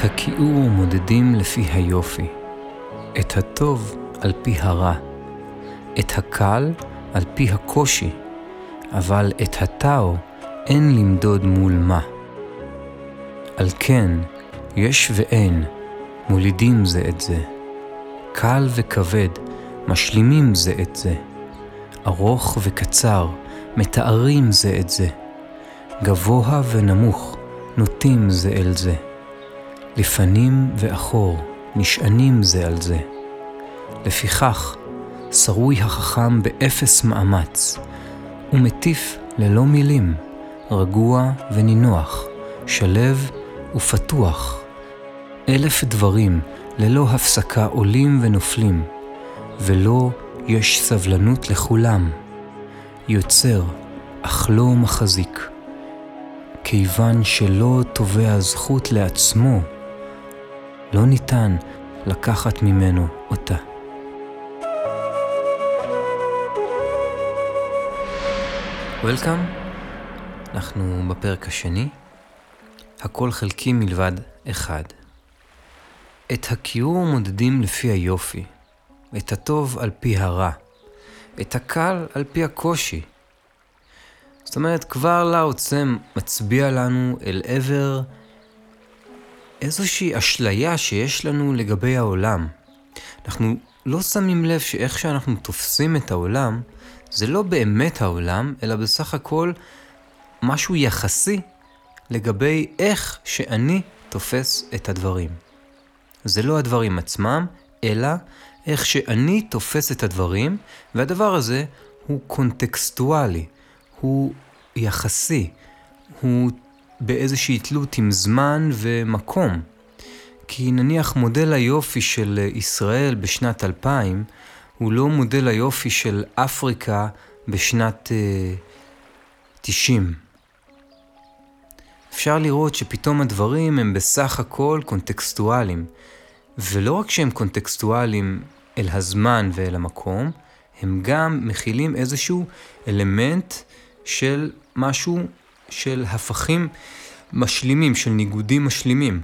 את הכיעור מודדים לפי היופי, את הטוב על פי הרע, את הקל על פי הקושי, אבל את הטאו אין למדוד מול מה. על כן, יש ואין, מולידים זה את זה. קל וכבד, משלימים זה את זה. ארוך וקצר, מתארים זה את זה. גבוה ונמוך, נוטים זה אל זה. לפנים ואחור, נשענים זה על זה. לפיכך, שרוי החכם באפס מאמץ, ומטיף ללא מילים, רגוע ונינוח, שלב ופתוח. 1000 דברים ללא הפסקה עולים ונופלים, ולא יש סבלנות לכולם. יוצר, אך לא מחזיק, כיוון שלא תובע זכות לעצמו, לא ניתן לקחת ממנו אותה. וולקאם, אנחנו בפרק השני, הכל חלקי מלבד אחד. את הכיעור מודדים לפי היופי, את הטוב על פי הרע, את הקל על פי הקושי. זאת אומרת, כבר לעוצם מצביע לנו אל עבר איזושהי אשליה שיש לנו לגבי העולם. אנחנו לא שמים לב שאיך שאנחנו תופסים את העולם, זה לא באמת העולם, אלא בסך הכל משהו יחסי לגבי איך שאני תופס את הדברים. זה לא הדברים עצמם, אלא איך שאני תופס את הדברים, והדבר הזה הוא קונטקסטואלי, הוא יחסי, הוא באיזושהי תלות עם זמן ומקום. כי נניח מודל היופי של ישראל בשנת 2000, הוא לא מודל היופי של אפריקה בשנת 90. אפשר לראות שפתאום הדברים הם בסך הכל קונטקסטואליים, ולא רק שהם קונטקסטואליים אל הזמן ואל המקום, הם גם מכילים איזשהו אלמנט של משהו של הפכים משלימים, של ניגודים משלימים.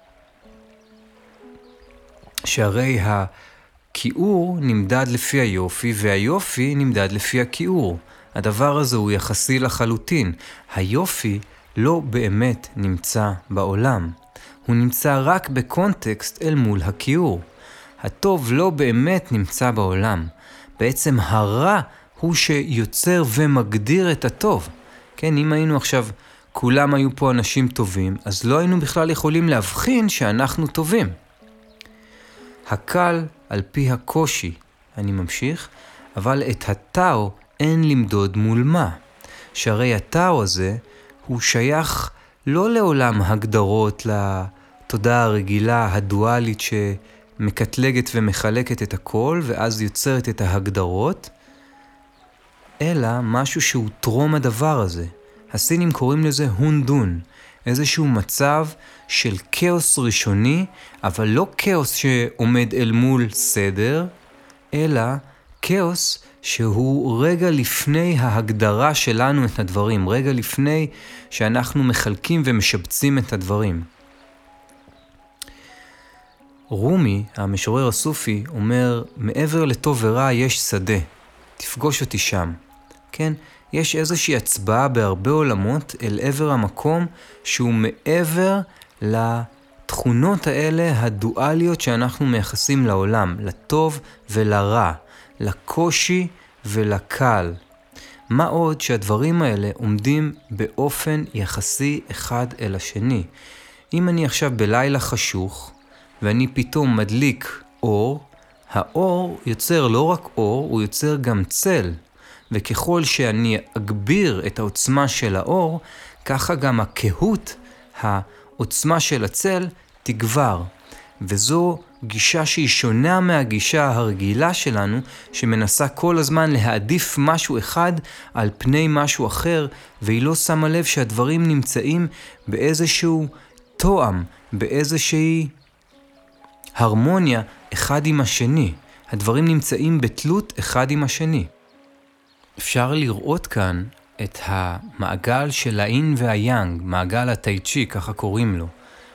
שהרי הכיעור נמדד לפי היופי, והיופי נמדד לפי הכיעור. הדבר הזה הוא יחסי לחלוטין. היופי לא באמת נמצא בעולם. הוא נמצא רק בקונטקסט אל מול הכיעור. הטוב לא באמת נמצא בעולם. בעצם הרע הוא שיוצר ומגדיר את הטוב. כן, אם היינו עכשיו, כולם היו פה אנשים טובים, אז לא היינו בכלל יכולים להבחין שאנחנו טובים. הקל על פי הקושי, אני ממשיך, אבל את הטאו אין למדוד מול מה. שהרי הטאו הזה הוא שייך לא לעולם הגדרות, לתודעה הרגילה, הדואלית שמקטלגת ומחלקת את הכל, ואז יוצרת את ההגדרות, אלא משהו שהוא טרום הדבר הזה. הסינים קוראים לזה הונדון, איזשהו מצב של כאוס ראשוני, אבל לא כאוס שעומד אל מול סדר, אלא כאוס שהוא רגע לפני ההגדרה שלנו את הדברים, רגע לפני שאנחנו מחלקים ומשבצים את הדברים. רומי, המשורר הסופי, אומר, מעבר לטוב ורע יש שדה, תפגוש אותי שם. כן, יש איזושהי הצבעה בהרבה עולמות אל עבר המקום שהוא מעבר לתכונות האלה הדואליות שאנחנו מייחסים לעולם, לטוב ולרע, לקושי ולקל. מה עוד שהדברים האלה עומדים באופן יחסי אחד אל השני. אם אני עכשיו בלילה חשוך ואני פתאום מדליק אור, האור יוצר לא רק אור, הוא יוצר גם צל. וככל שאני אגביר את העוצמה של האור, ככה גם הכהות, העוצמה של הצל, תגבר. וזו גישה שהיא שונה מהגישה הרגילה שלנו, שמנסה כל הזמן להעדיף משהו אחד על פני משהו אחר, והיא לא שמה לב שהדברים נמצאים באיזשהו תואם, באיזושהי הרמוניה אחד עם השני. הדברים נמצאים בתלות אחד עם השני. אפשר לראות כאן את המעגל של האין והיאנג, מעגל הטאי צ'י, ככה קוראים לו.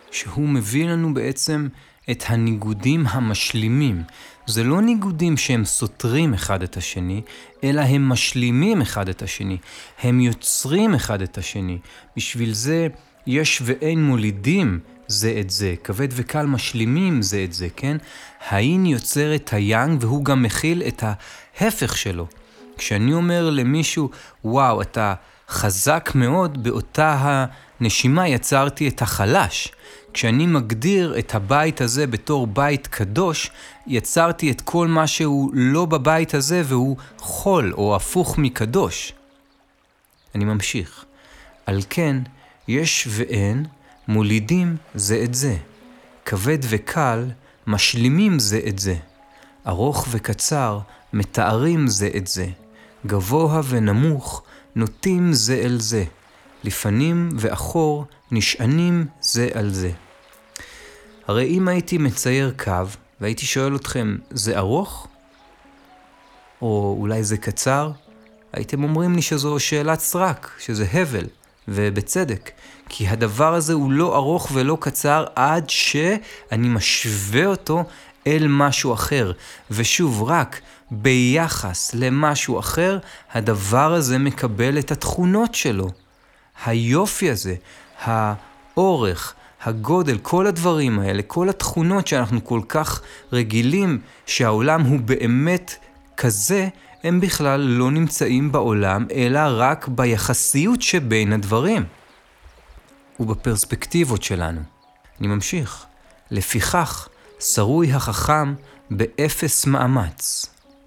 שהוא מביא לנו בעצם את הניגודים המשלימים. זה לא ניגודים שהם סותרים אחד את השני, אלא הם משלימים אחד את השני. הם יוצרים אחד את השני. בשביל זה יש ואין מולידים זה את זה. כבד וקל משלימים זה את זה, כן? האין יוצר את היאנג והוא גם מכיל את ההפך שלו. כשאני אומר למישהו, וואו, אתה חזק מאוד, באותה הנשימה יצרתי את החלש. כשאני מגדיר את הבית הזה בתור בית קדוש, יצרתי את כל מה שהוא לא בבית הזה והוא חול או הפוך מקדוש. אני ממשיך. על כן, יש ואין מולידים זה את זה. כבד וקל משלימים זה את זה. ארוך וקצר מתארים זה את זה. גבוה ונמוך נוטים זה אל זה. לפנים ואחור נשענים זה על זה. הרי אם הייתי מצייר קו והייתי שואל אתכם, זה ארוך? או אולי זה קצר? הייתם אומרים לי שזו שאלת סרק, שזה הבל, ובצדק. כי הדבר הזה הוא לא ארוך ולא קצר עד שאני משווה אותו אל משהו אחר. ושוב, רק ביחס למשהו אחר, הדבר הזה מקבל את התכונות שלו. היופי הזה, האורך, הגודל, כל הדברים האלה, כל התכונות שאנחנו כל כך רגילים שהעולם הוא באמת כזה, הם בכלל לא נמצאים בעולם, אלא רק ביחסיות שבין הדברים ובפרספקטיבות שלנו. אני ממשיך. לפיכך, שרוי החכם באפס מאמץ.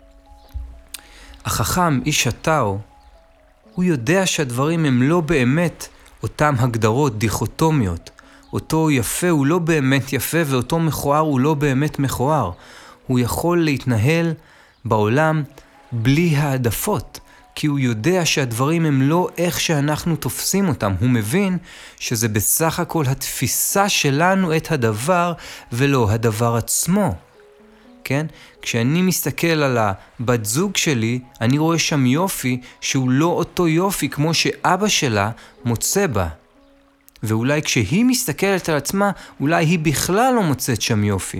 החכם, איש הטאו, הוא יודע שהדברים הם לא באמת אותם הגדרות דיכוטומיות. אותו יפה הוא לא באמת יפה ואותו מכוער הוא לא באמת מכוער. הוא יכול להתנהל בעולם בלי העדפות, כי הוא יודע שהדברים הם לא איך שאנחנו תופסים אותם. הוא מבין שזה בסך הכל התפיסה שלנו את הדבר ולא הדבר עצמו. כן? כשאני מסתכל על הבת זוג שלי, אני רואה שם יופי שהוא לא אותו יופי כמו שאבא שלה מוצא בה. ואולי כשהיא מסתכלת על עצמה, אולי היא בכלל לא מוצאת שם יופי.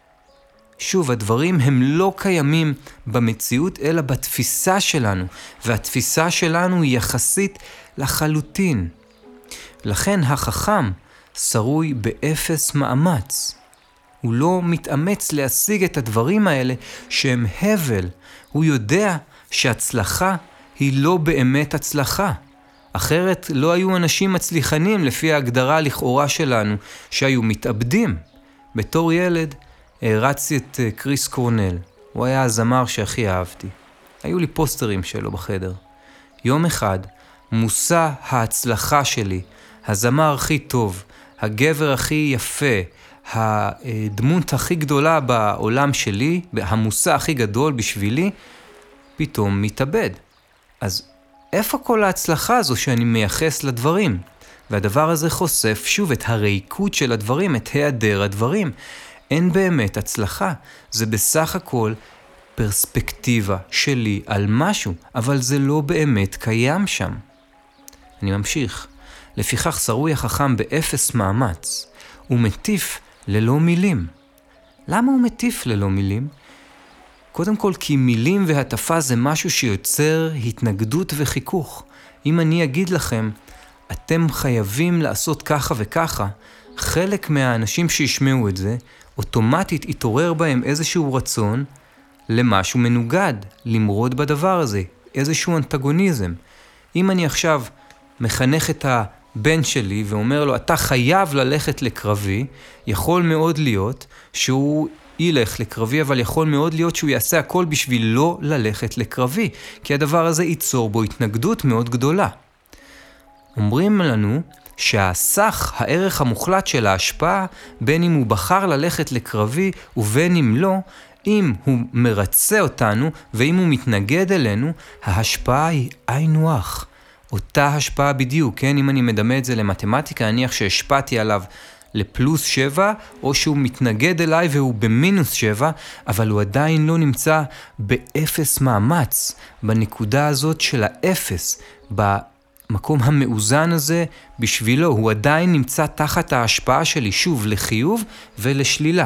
שוב, הדברים הם לא קיימים במציאות, אלא בתפיסה שלנו, והתפיסה שלנו היא יחסית לחלוטין. לכן החכם שרוי באפס מאמץ. הוא לא מתאמץ להשיג את הדברים האלה שהם הבל. הוא יודע שהצלחה היא לא באמת הצלחה. אחרת לא היו אנשים מצליחנים לפי ההגדרה לכאורה שלנו שהיו מתאבדים. בתור ילד הרצתי את קריס קורנל. הוא היה הזמר שהכי אהבתי. היו לי פוסטרים שלו בחדר. יום אחד, מושא ההצלחה שלי, הזמר הכי טוב, הגבר הכי יפה, הדמות הכי גדולה בעולם שלי, המושא הכי גדול בשבילי, פתאום מתאבד. אז איפה כל ההצלחה הזו שאני מייחס לדברים? והדבר הזה חושף שוב את הריקות של הדברים, את היעדר הדברים. אין באמת הצלחה. זה בסך הכל פרספקטיבה שלי על משהו, אבל זה לא באמת קיים שם. אני ממשיך. לפיכך שרוי החכם באפס מאמץ. הוא מטיף ללא מילים. למה הוא מטיף ללא מילים? קודם כל כי מילים והטפה זה משהו שיוצר התנגדות וחיכוך. אם אני אגיד לכם, אתם חייבים לעשות ככה וככה, חלק מהאנשים שישמעו את זה, אוטומטית יתעורר בהם איזשהו רצון למשהו מנוגד, למרוד בדבר הזה, איזשהו אנטגוניזם. אם אני עכשיו מחנך את הבן שלי ואומר לו, אתה חייב ללכת לקרבי, יכול מאוד להיות שהוא ילך לקרבי, אבל יכול מאוד להיות שהוא יעשה הכל בשביל לא ללכת לקרבי, כי הדבר הזה ייצור בו התנגדות מאוד גדולה. אומרים לנו שהסך, הערך המוחלט של ההשפעה, בין אם הוא בחר ללכת לקרבי ובין אם לא, אם הוא מרצה אותנו ואם הוא מתנגד אלינו, ההשפעה היא עין אח. אותה השפעה בדיוק, כן? אם אני מדמה את זה למתמטיקה, נניח שהשפעתי עליו לפלוס 7, או שהוא מתנגד אליי והוא במינוס 7, אבל הוא עדיין לא נמצא באפס מאמץ, בנקודה הזאת של האפס, המקום המאוזן הזה בשבילו, הוא עדיין נמצא תחת ההשפעה שלי, שוב, לחיוב ולשלילה.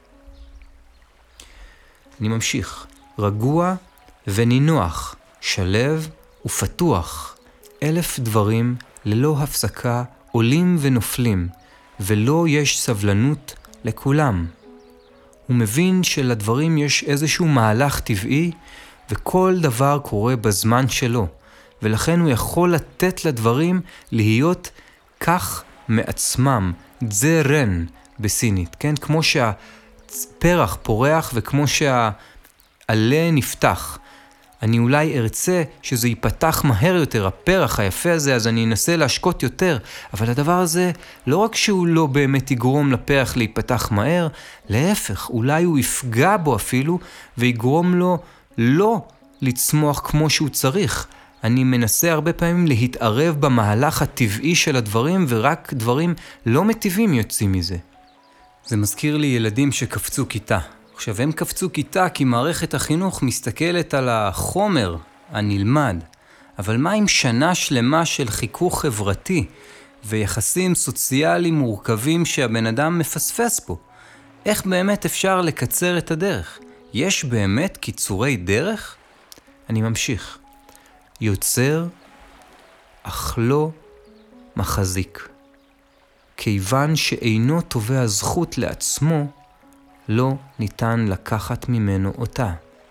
אני ממשיך. רגוע ונינוח, שלב ופתוח. 1000 דברים ללא הפסקה עולים ונופלים, ולא יש סבלנות לכולם. הוא מבין שלדברים יש איזשהו מהלך טבעי, וכל דבר קורה בזמן שלו, ולכן הוא יכול לתת לדברים להיות כך מעצמם, זרן בסינית, כן? כמו שהפרח פורח וכמו שהעלה נפתח. אני אולי ארצה שזה ייפתח מהר יותר, הפרח היפה הזה, אז אני אנסה להשקות יותר, אבל הדבר הזה לא רק שהוא לא באמת יגרום לפרח להיפתח מהר, להפך, אולי הוא יפגע בו אפילו, ויגרום לו לא לצמוח כמו שהוא צריך. אני מנסה הרבה פעמים להתערב במהלך הטבעי של הדברים, ורק דברים לא מטיבים יוצאים מזה. זה מזכיר לי ילדים שקפצו כיתה. עכשיו, הם קפצו כיתה כי מערכת החינוך מסתכלת על החומר הנלמד. אבל מה עם שנה שלמה של חיכוך חברתי ויחסים סוציאליים מורכבים שהבן אדם מפספס פה? איך באמת אפשר לקצר את הדרך? יש באמת קיצורי דרך? אני ממשיך. יוצר, אך לא מחזיק. כיוון שאינו תובע זכות לעצמו, לא ניתן לקחת ממנו אותה.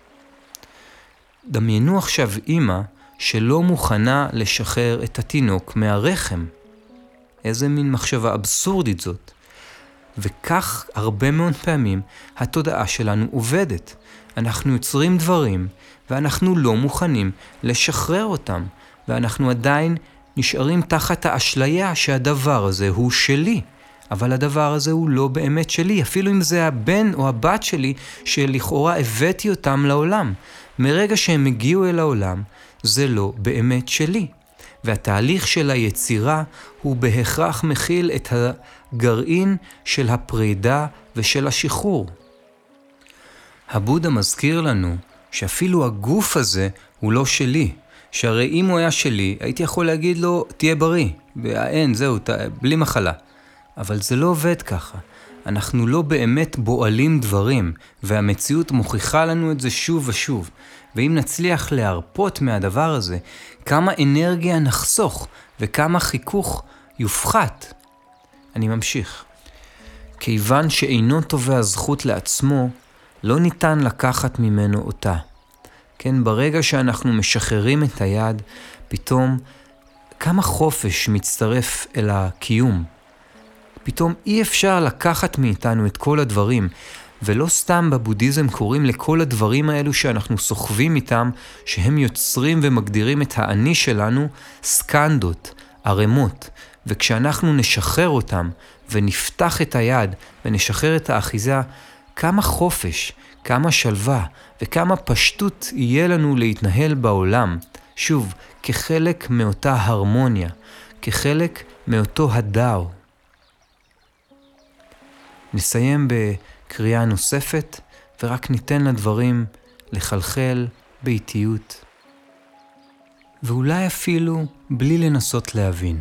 דמיינו עכשיו אמא שלא מוכנה לשחרר את התינוק מהרחם. איזה מין מחשבה אבסורדית זאת. וכך הרבה מאוד פעמים התודעה שלנו עובדת. אנחנו יוצרים דברים ואנחנו לא מוכנים לשחרר אותם. ואנחנו עדיין נשארים תחת האשליה שהדבר הזה הוא שלי. אבל הדבר הזה הוא לא באמת שלי, אפילו אם זה הבן או הבת שלי שלכאורה הבאתי אותם לעולם. מרגע שהם הגיעו אל העולם, זה לא באמת שלי. והתהליך של היצירה הוא בהכרח מכיל את הגרעין של הפרידה ושל השחרור. הבודה מזכיר לנו שאפילו הגוף הזה הוא לא שלי. שהרי אם הוא היה שלי, הייתי יכול להגיד לו, תהיה בריא, והאין, זהו, בלי מחלה. אבל זה לא עובד ככה. אנחנו לא באמת בועלים דברים, והמציאות מוכיחה לנו את זה שוב ושוב. ואם נצליח להרפות מהדבר הזה, כמה אנרגיה נחסוך, וכמה חיכוך יופחת. אני ממשיך. כיוון שאינו תובע זכות לעצמו, לא ניתן לקחת ממנו אותה. כן, ברגע שאנחנו משחררים את היד, פתאום כמה חופש מצטרף אל הקיום. פתאום אי אפשר לקחת מאיתנו את כל הדברים, ולא סתם בבודהיזם קוראים לכל הדברים האלו שאנחנו סוחבים איתם, שהם יוצרים ומגדירים את האני שלנו, סקנדות, ערמות, וכשאנחנו נשחרר אותם ונפתח את היד ונשחרר את האחיזה, כמה חופש, כמה שלווה וכמה פשטות יהיה לנו להתנהל בעולם, שוב, כחלק מאותה הרמוניה, כחלק מאותו הדאו. נסיים בקריאה נוספת, ורק ניתן לדברים לחלחל באיטיות. ואולי אפילו בלי לנסות להבין.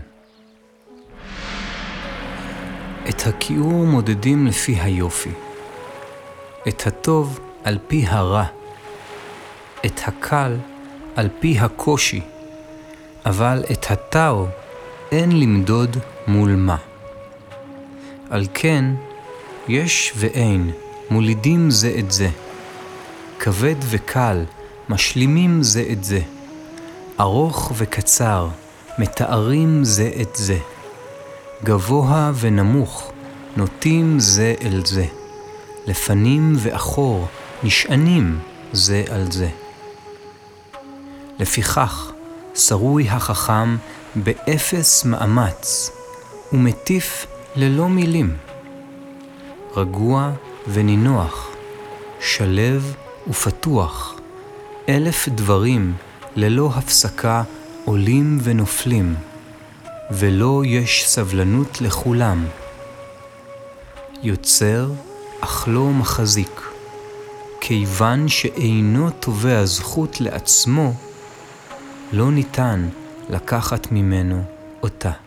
את הכיעור מודדים לפי היופי. את הטוב על פי הרע. את הקל על פי הקושי. אבל את הטאו אין למדוד מול מה. על כן, יש ואין, מולידים זה את זה. כבד וקל, משלימים זה את זה. ארוך וקצר, מתארים זה את זה. גבוה ונמוך, נוטים זה אל זה. לפנים ואחור, נשענים זה על זה. לפיכך, שרוי החכם באפס מאמץ, ומטיף ללא מילים. רגוע ונינוח, שלב ופתוח, 1000 דברים ללא הפסקה עולים ונופלים, ולא יש סבלנות לכולם. יוצר אך לא מחזיק, כיוון שאינו תובע זכות לעצמו, לא ניתן לקחת ממנו אותה.